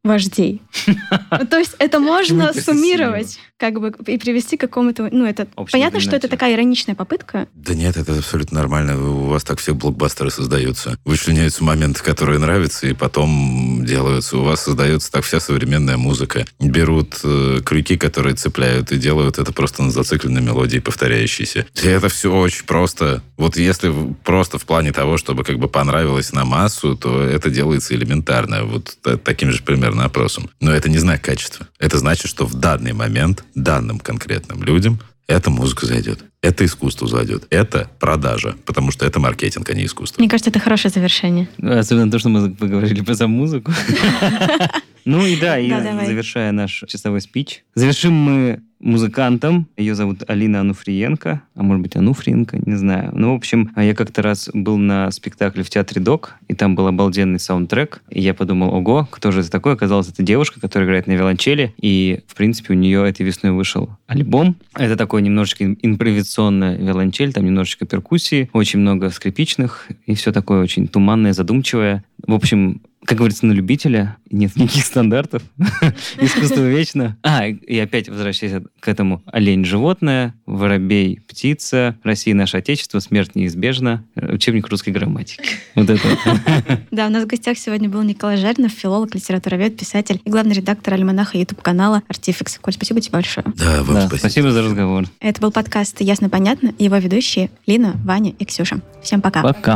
вождей. То есть это можно суммировать как бы и привести к какому-то... это понятно, что это такая ироничная попытка. Да нет, это абсолютно нормально. У вас так все блокбастеры создаются. Вычленяются моменты, которые нравятся, и потом делаются. У вас создается так вся современная музыка. Берут крюки, которые цепляют, и делают это просто на зацикленной мелодии, повторяющейся. И это все очень просто. Вот если просто в плане того, чтобы как бы понравилось на массу, то это делается элементарно. Вот таким же примерно опросом. Но это не знак качества. Это значит, что в данный момент данным конкретным людям эта музыка зайдет. Это искусство зайдет. Это продажа. Потому что это маркетинг, а не искусство. Мне кажется, это хорошее завершение. Особенно то, что мы поговорили про саму музыку. Ну и да, завершая наш часовой спич. Завершим мы музыкантом. Ее зовут Алина Ануфриенко. А может быть, Ануфриенко, не знаю. Ну, в общем, я как-то раз был на спектакле в театре ДОК, и там был обалденный саундтрек. И я подумал, ого, кто же это такой? Оказалось, это девушка, которая играет на виолончели. И, в принципе, у нее этой весной вышел альбом. Это такой немножечко импровизационная виолончель, там немножечко перкуссии, очень много скрипичных, и все такое очень туманное, задумчивое. В общем, как говорится, на любителя, нет никаких стандартов. Искусство вечно. И опять возвращаясь к этому. Олень – животное, воробей – птица, Россия – наше отечество, смерть неизбежна, учебник русской грамматики. Вот это. Да, у нас в гостях сегодня был Николай Жаринов, филолог, литературовед, писатель и главный редактор альманаха YouTube-канала Артификс. Коль, спасибо тебе большое. Да, вам спасибо. Спасибо за разговор. Это был подкаст «Ясно-понятно» и его ведущие Лина, Ваня и Ксюша. Всем пока. Пока.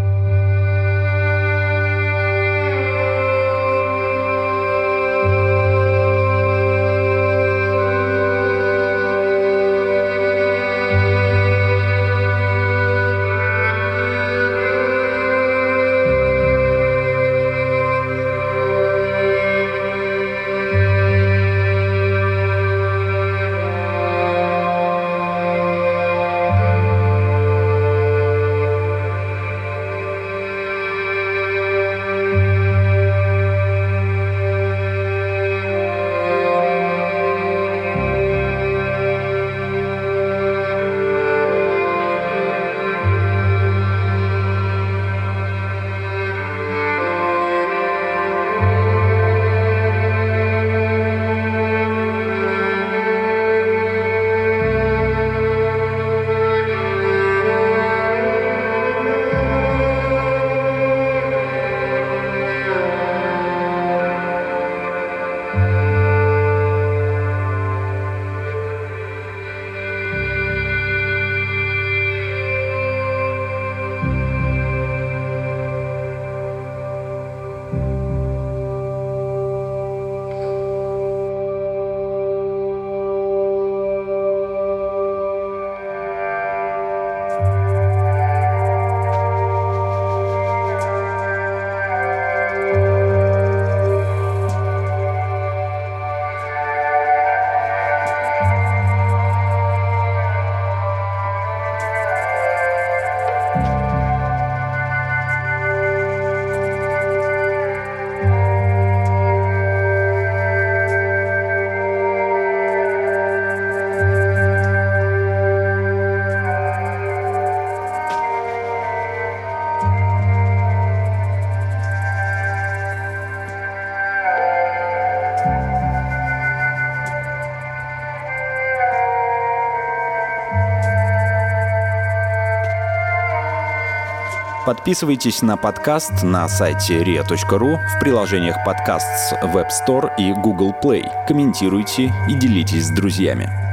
Подписывайтесь на подкаст на сайте ria.ru, в приложениях подкаст с Web Store и Google Play. Комментируйте и делитесь с друзьями.